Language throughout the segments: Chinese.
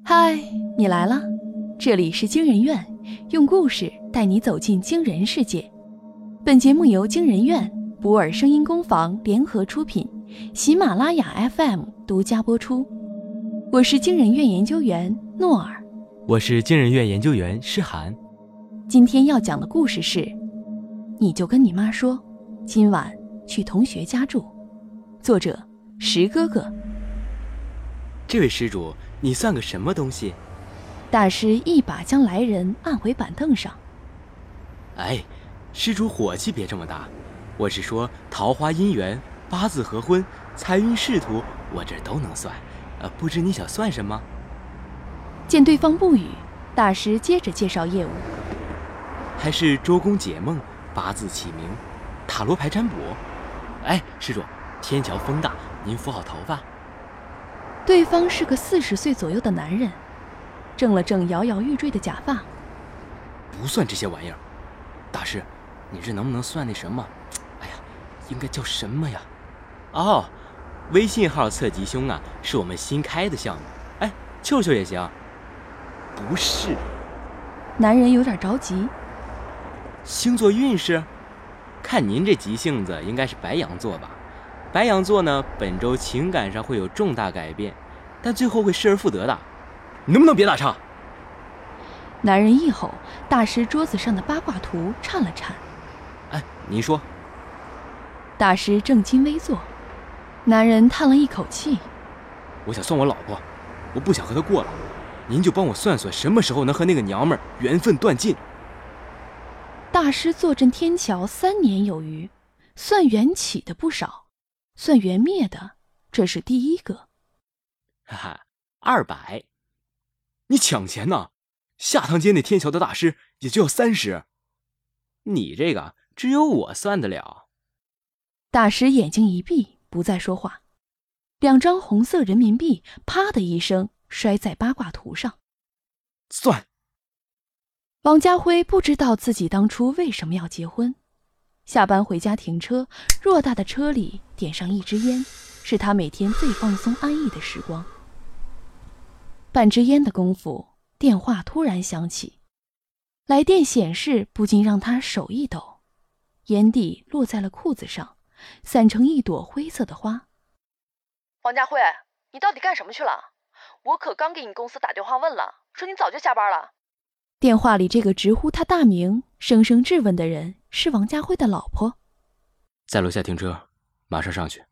嗨，你来了，这里是惊人院，用故事带你走进惊人世界。本节目由惊人院、博尔声音工坊联合出品，喜马拉雅 FM 独家播出。我是惊人院研究员诺尔， 我是惊人院研究员诗涵。 今天要讲的故事是，你就跟你妈说，今晚去同学家住。作者石哥哥。 这位施主，你算个什么东西？ 大师一把将来人按回板凳上。 哎，施主火气别这么大，我是说桃花姻缘、八字合婚、财运仕途，我这都能算。不知你想算什么？ 见对方不语，大师接着介绍业务。 还是周公解梦、八字起名、塔罗牌占卜。哎，施主，天桥风大，您扶好头发。 对方是个40岁左右的男人，正了正摇摇欲坠的假发。 不算这些玩意儿，大师，你这能不能算那什么？哎呀，应该叫什么呀？哦，微信号测吉凶啊，是我们新开的项目。哎，秀秀也行。不是。 男人有点着急。 星座运势？看您这急性子，应该是白羊座吧？白羊座呢，本周情感上会有重大改变，但最后会失而复得的。你能不能别打岔？ 男人一吼，大师桌子上的八卦图颤了颤。 哎，您说。 大师正襟危坐。男人叹了一口气。 我想算我老婆，我不想和她过了，您就帮我算算什么时候能和那个娘们儿缘分断尽。 大师坐镇天桥3年有余，算缘起的不少，算缘灭的这是第一个。 哈哈，200。你抢钱呢？下趟街那天桥的大师也就要30。你这个只有我算得了。 大师眼睛一闭，不再说话。2张红色人民币啪的一声摔在八卦图上。 算。 王家辉不知道自己当初为什么要结婚。下班回家停车，偌大的车里点上一支烟，是他每天最放松安逸的时光。半支烟的功夫，电话突然响起，来电显示不禁让他手一抖，烟蒂落在了裤子上，散成一朵灰色的花。 王家辉，你到底干什么去了？我可刚给你公司打电话问了，说你早就下班了。 电话里这个直呼他大名、声声质问的人是王家辉的老婆。 在楼下停车，马上上去。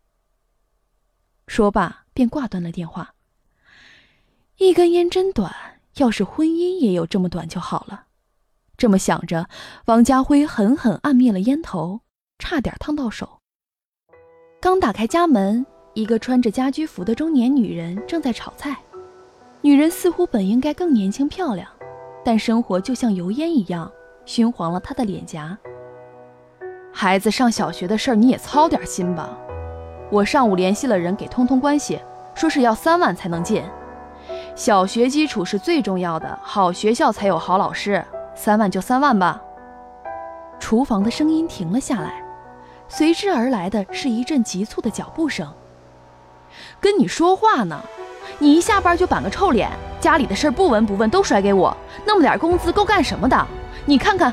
说罢便挂断了电话。一根烟真短，要是婚姻也有这么短就好了。这么想着，王家辉狠狠按灭了烟头，差点烫到手。刚打开家门，一个穿着家居服的中年女人正在炒菜。女人似乎本应该更年轻漂亮，但生活就像油烟一样熏黄了她的脸颊。孩子上小学的事儿你也操点心吧。我上午联系了人给通通关系，说是要3万才能进。小学基础是最重要的，好学校才有好老师，3万就3万吧。厨房的声音停了下来，随之而来的是一阵急促的脚步声。跟你说话呢，你一下班就板个臭脸，家里的事不闻不问都甩给我，那么点工资够干什么的？你看看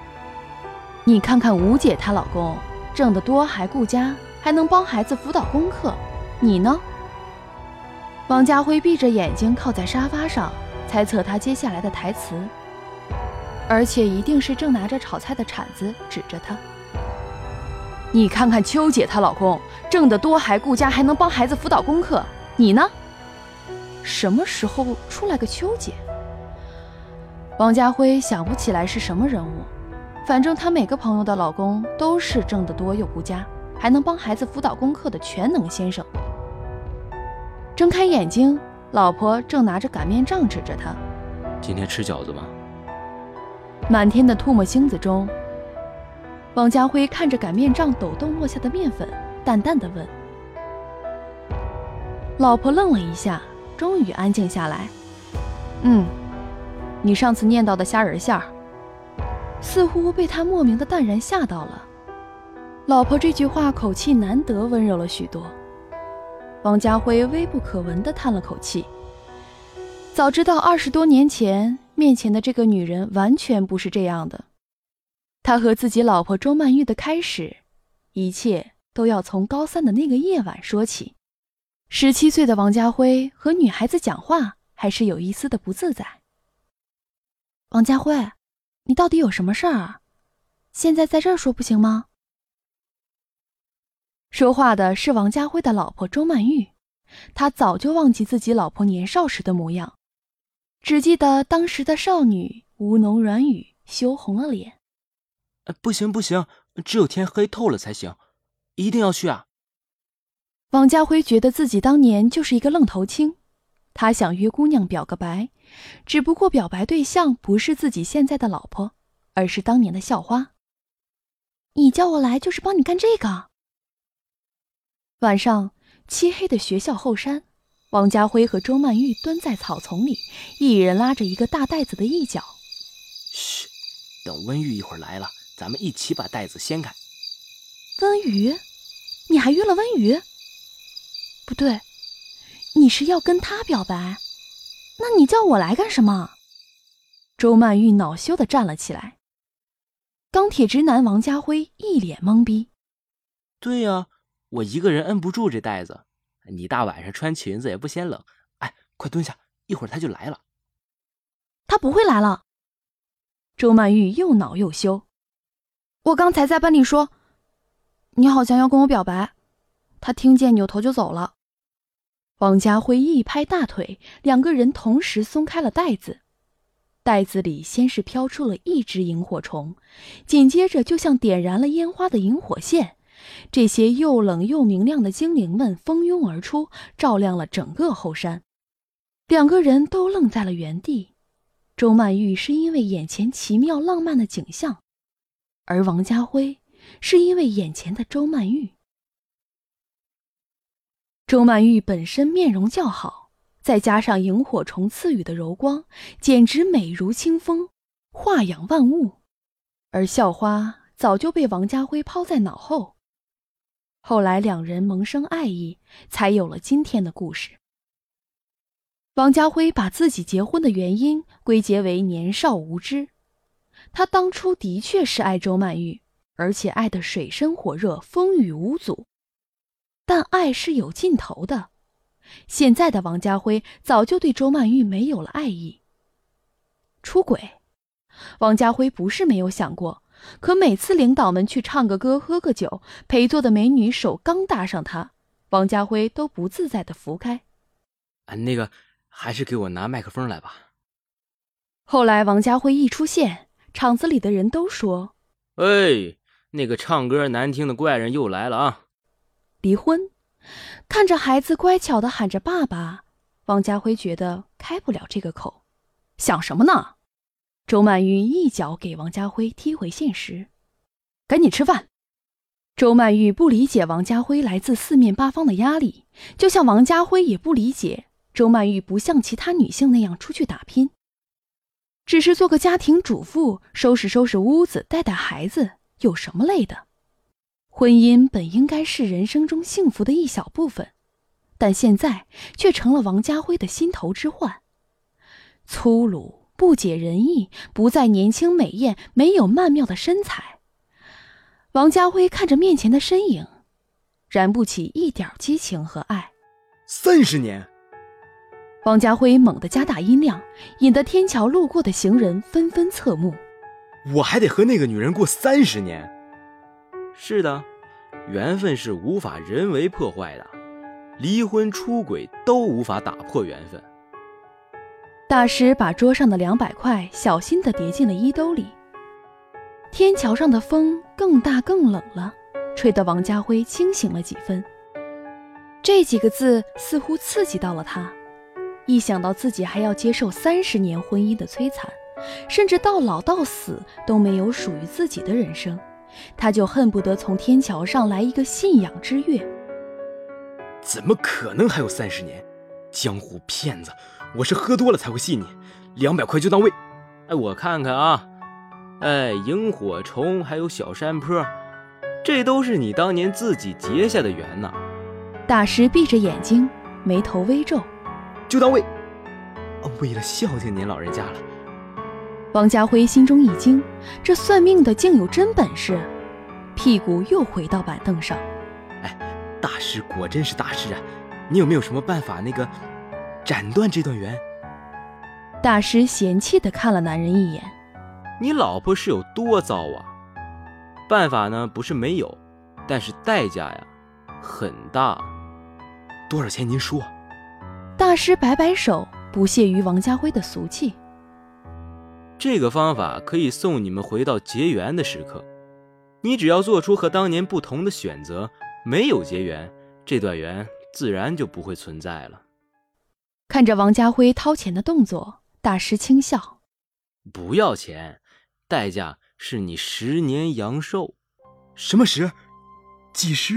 吴姐她老公挣得多还顾家，还能帮孩子辅导功课，你呢？王家辉闭着眼睛靠在沙发上，猜测他接下来的台词，而且一定是正拿着炒菜的铲子指着他。你看看秋姐她老公挣得多还顾家，还能帮孩子辅导功课，你呢？什么时候出来个秋姐？王家辉想不起来是什么人物，反正他每个朋友的老公都是挣得多又顾家，还能帮孩子辅导功课的全能先生。睁开眼睛，老婆正拿着擀面杖指着他。 今天吃饺子吗？ 满天的唾沫星子中，王家辉看着擀面杖抖动落下的面粉，淡淡地问。老婆愣了一下，终于安静下来。你上次念叨的虾仁馅儿。似乎被他莫名的淡然吓到了。老婆这句话口气难得温柔了许多。王家辉微不可闻地叹了口气。 早知道20多年前，面前的这个女人完全不是这样的。他和自己老婆周曼玉的开始，一切都要从高3的那个夜晚说起。17岁的王家辉和女孩子讲话还是有一丝的不自在。王家辉，你到底有什么事儿啊？现在在这儿说不行吗？说话的是王家辉的老婆周曼玉，他早就忘记自己老婆年少时的模样，只记得当时的少女吴侬软语，羞红了脸。 不行，只有天黑透了才行，一定要去啊！ 王家辉觉得自己当年就是一个愣头青，他想约姑娘表个白，只不过表白对象不是自己现在的老婆，而是当年的校花。你叫我来就是帮你干这个？晚上，漆黑的学校后山，王家辉和周曼玉蹲在草丛里，一人拉着一个大袋子的一角。 嘘，等温玉一会儿来了，咱们一起把袋子掀开。 温瑜？你还约了温瑜？不对，你是要跟他表白？那你叫我来干什么？周曼玉恼羞地站了起来。钢铁直男王家辉一脸懵逼。 对呀，我一个人摁不住这袋子，你大晚上穿裙子也不嫌冷。哎，快蹲下，一会儿他就来了。 他不会来了。周曼玉又恼又羞。我刚才在班里说，你好像要跟我表白，他听见扭头就走了。王家辉一拍大腿，两个人同时松开了袋子。袋子里先是飘出了一只萤火虫，紧接着就像点燃了烟花的萤火线，这些又冷又明亮的精灵们蜂拥而出，照亮了整个后山。两个人都愣在了原地。周曼玉是因为眼前奇妙浪漫的景象，而王家辉是因为眼前的周曼玉。周曼玉本身面容较好，再加上萤火虫赐予的柔光，简直美如清风，化养万物。而校花早就被王家辉抛在脑后。后来两人萌生爱意，才有了今天的故事。王家辉把自己结婚的原因归结为年少无知。他当初的确是爱周曼玉，而且爱得水深火热，风雨无阻。但爱是有尽头的。现在的王家辉早就对周曼玉没有了爱意。出轨，王家辉不是没有想过，可每次领导们去唱个歌喝个酒，陪坐的美女手刚搭上他，王家辉都不自在地扶开。 那个还是给我拿麦克风来吧。 后来王家辉一出现，场子里的人都说， 哎，那个唱歌难听的怪人又来了啊。 离婚。看着孩子乖巧地喊着爸爸，王家辉觉得开不了这个口。想什么呢？周曼玉一脚给王家辉踢回现实。赶紧吃饭。周曼玉不理解王家辉来自四面八方的压力，就像王家辉也不理解周曼玉不像其他女性那样出去打拼，只是做个家庭主妇，收拾收拾屋子，带带孩子，有什么累的？婚姻本应该是人生中幸福的一小部分，但现在却成了王家辉的心头之患。粗鲁、不解人意，不再年轻美艳，没有曼妙的身材。王家辉看着面前的身影，燃不起一点激情和爱。 30年！ 王家辉猛地加大音量，引得天桥路过的行人纷纷侧目。 我还得和那个女人过30年？是的，缘分是无法人为破坏的，离婚出轨都无法打破缘分。 大师把桌上的200块小心地叠进了衣兜里。天桥上的风更大更冷了，吹得王家辉清醒了几分。这几个字似乎刺激到了他，一想到自己还要接受30年婚姻的摧残，甚至到老到死都没有属于自己的人生，他就恨不得从天桥上来一个信仰之跃。 怎么可能还有30年？江湖骗子，我是喝多了才会信你。200块就当位。我看看啊，萤火虫还有小山坡，这都是你当年自己结下的缘呐。 大师闭着眼睛，眉头微皱。 就当位。 为了孝敬您老人家了。 王家辉心中一惊，这算命的竟有真本事，屁股又回到板凳上。 大师果真是大师啊！你有没有什么办法斩断这段缘？ 大师嫌弃地看了男人一眼。 你老婆是有多糟啊？办法呢不是没有，但是代价呀很大。多少钱您说？ 大师摆摆手，不屑于王家辉的俗气。 这个方法可以送你们回到结缘的时刻，你只要做出和当年不同的选择，没有结缘，这段缘自然就不会存在了。 看着王家辉掏钱的动作，大师轻笑。 不要钱，代价是你10年阳寿。什么10？几十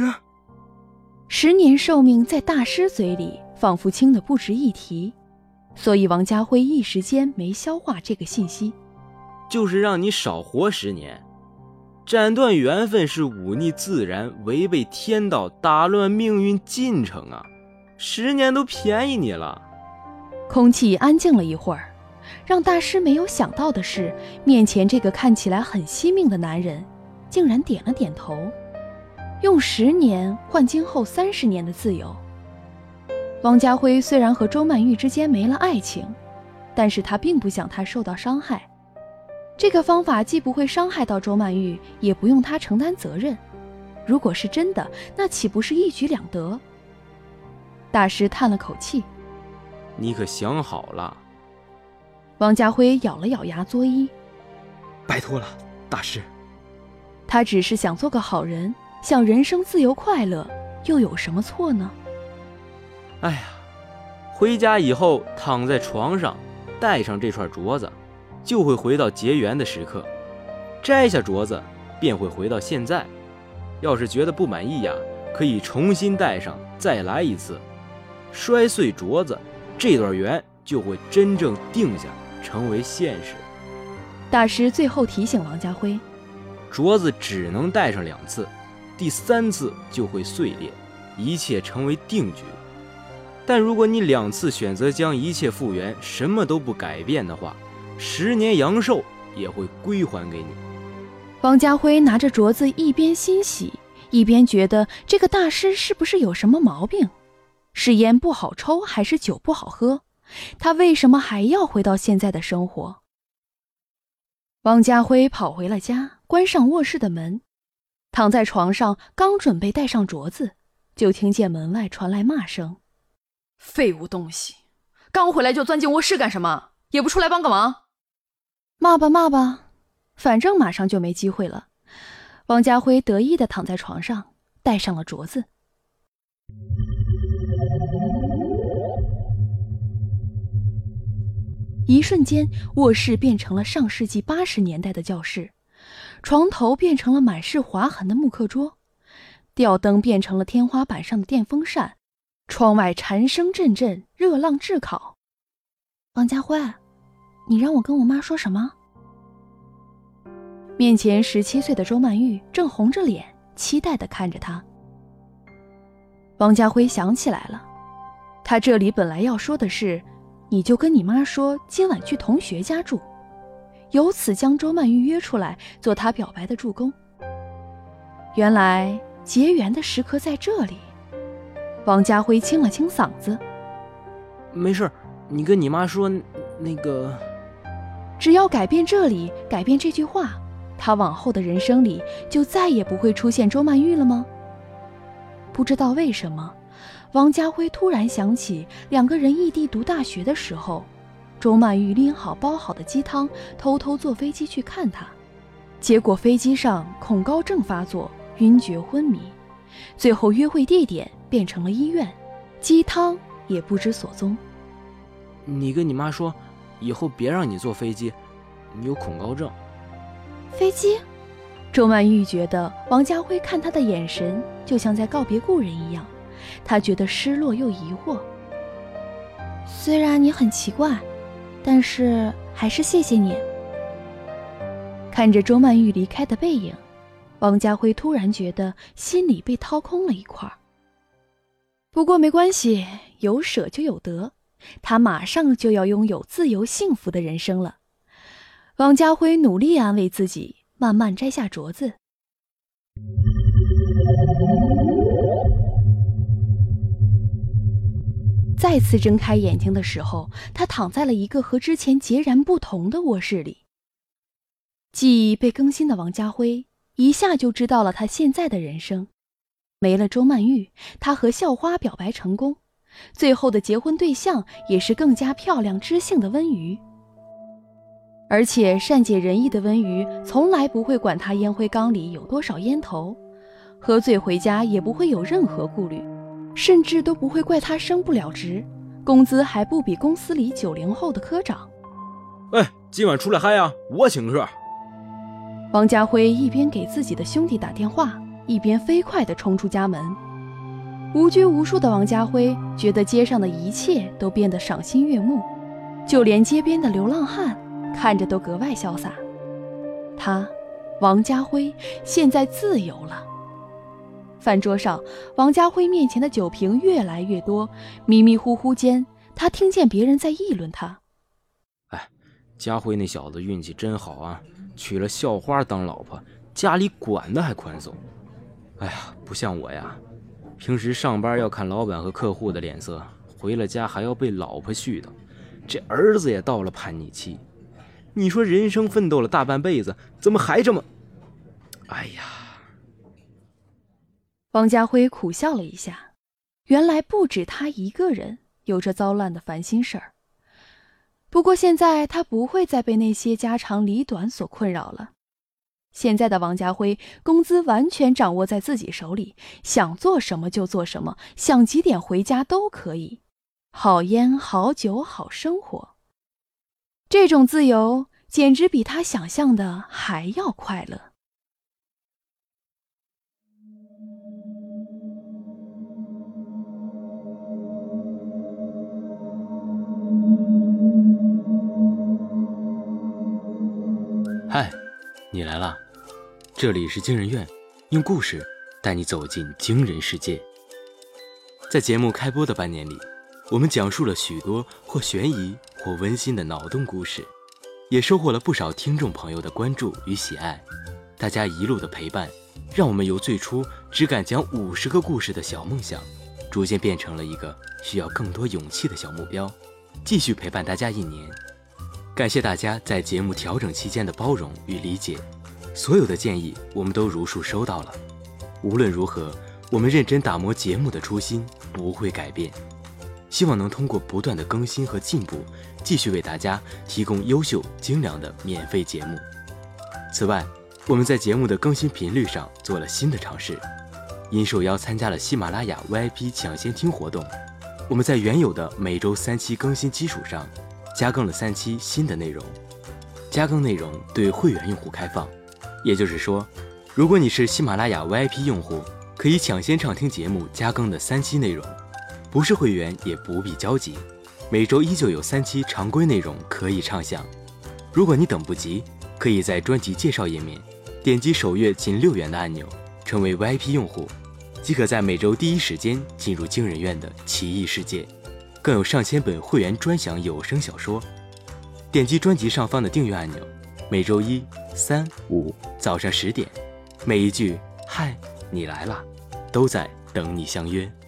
？10年寿命在大师嘴里仿佛轻得不值一提，所以王家辉一时间没消化这个信息。 就是让你少活10年。斩断缘分是忤逆自然，违背天道，打乱命运进程啊！10年都便宜你了。 空气安静了一会儿，让大师没有想到的是，面前这个看起来很惜命的男人竟然点了点头，用10年换今后30年的自由。王家辉虽然和周曼玉之间没了爱情，但是他并不想她受到伤害。这个方法既不会伤害到周曼玉，也不用她承担责任。如果是真的，那岂不是一举两得？大师叹了口气。 你可想好了？ 王家辉咬了咬牙作揖。 拜托了，大师。 他只是想做个好人，想人生自由快乐，又有什么错呢？ 哎呀，回家以后躺在床上，戴上这串镯子，就会回到结缘的时刻，摘下镯子便会回到现在。要是觉得不满意呀，可以重新戴上，再来一次，摔碎镯子，这段缘就会真正定下，成为现实。 大师最后提醒王家辉， 镯子只能戴上2次，第3次就会碎裂，一切成为定局。但如果你2次选择将一切复原，什么都不改变的话，10年阳寿也会归还给你。 王家辉拿着镯子，一边欣喜，一边觉得这个大师是不是有什么毛病？是烟不好抽，还是酒不好喝？他为什么还要回到现在的生活？王家辉跑回了家，关上卧室的门，躺在床上，刚准备戴上镯子，就听见门外传来骂声：“ 废物东西，刚回来就钻进卧室干什么？也不出来帮个忙？” 骂吧骂吧，反正马上就没机会了。王家辉得意地躺在床上，戴上了镯子。一瞬间，卧室变成了上世纪80年代的教室，床头变成了满是划痕的木课桌，吊灯变成了天花板上的电风扇，窗外蝉声阵阵，热浪炙烤。王家辉，你让我跟我妈说什么？面前17岁的周曼玉正红着脸，期待地看着他。王家辉想起来了，他这里本来要说的是，你就跟你妈说今晚去同学家住，由此将周曼玉约出来做他表白的助攻。原来结缘的时刻在这里。王家辉清了清嗓子， 没事，你跟你妈说那个。 只要改变这里，改变这句话，他往后的人生里就再也不会出现周曼玉了吗？不知道为什么，王家辉突然想起2个人异地读大学的时候，周曼玉拎好包好的鸡汤，偷偷坐飞机去看他，结果飞机上恐高症发作，晕厥昏迷，最后约会地点变成了医院，鸡汤也不知所踪。 你跟你妈说，以后别让你坐飞机，你有恐高症。 飞机？周曼玉觉得王家辉看她的眼神就像在告别故人一样，她觉得失落又疑惑。虽然你很奇怪，但是还是谢谢你。看着周曼玉离开的背影，王家辉突然觉得心里被掏空了一块。不过没关系，有舍就有得， 他马上就要拥有自由幸福的人生了。王家辉努力安慰自己，慢慢摘下镯子。再次睁开眼睛的时候，他躺在了一个和之前截然不同的卧室里。记忆被更新的王家辉一下就知道了他现在的人生。没了周曼玉，他和校花表白成功，最后的结婚对象也是更加漂亮知性的温瑜。而且善解人意的温瑜从来不会管他烟灰缸里有多少烟头，喝醉回家也不会有任何顾虑，甚至都不会怪他升不了职，工资还不比公司里90后的科长。 今晚出来嗨啊，我请客。 王家辉一边给自己的兄弟打电话，一边飞快地冲出家门。无拘无束的王家辉觉得街上的一切都变得赏心悦目，就连街边的流浪汉看着都格外潇洒。他，王家辉，现在自由了。饭桌上，王家辉面前的酒瓶越来越多，迷迷糊糊间，他听见别人在议论他。 家辉那小子运气真好啊，娶了校花当老婆，家里管得还宽松。不像我呀，平时上班要看老板和客户的脸色，回了家还要被老婆絮叨，这儿子也到了叛逆期。你说人生奋斗了大半辈子，怎么还这么…… 王家辉苦笑了一下，原来不止他一个人有着糟烂的烦心事儿。不过现在他不会再被那些家长里短所困扰了。现在的王家辉，工资完全掌握在自己手里，想做什么就做什么，想几点回家都可以。好烟、好酒、好生活，这种自由简直比他想象的还要快乐。 嗨，你来啦！这里是惊人院，用故事带你走进惊人世界。在节目开播的半年里，我们讲述了许多或悬疑或温馨的脑洞故事，也收获了不少听众朋友的关注与喜爱。大家一路的陪伴，让我们由最初只敢讲50个故事的小梦想，逐渐变成了一个需要更多勇气的小目标，继续陪伴大家1年。感谢大家在节目调整期间的包容与理解，所有的建议我们都如数收到了。无论如何，我们认真打磨节目的初心不会改变，希望能通过不断的更新和进步，继续为大家提供优秀精良的免费节目。此外，我们在节目的更新频率上做了新的尝试，因受邀参加了喜马拉雅 VIP 抢先听活动，我们在原有的每周3期更新基础上加更了3期新的内容。加更内容对会员用户开放，也就是说，如果你是喜马拉雅 VIP 用户，可以抢先畅听节目加更的3期内容，不是会员也不必焦急，每周依旧有3期常规内容可以畅享。如果你等不及，可以在专辑介绍页面点击首月仅6元的按钮，成为 VIP 用户，即可在每周第一时间进入惊人院的奇异世界，更有上千本会员专享有声小说。点击专辑上方的订阅按钮，每周1、3、5早上10点，每一句嗨你来啦都在等你相约。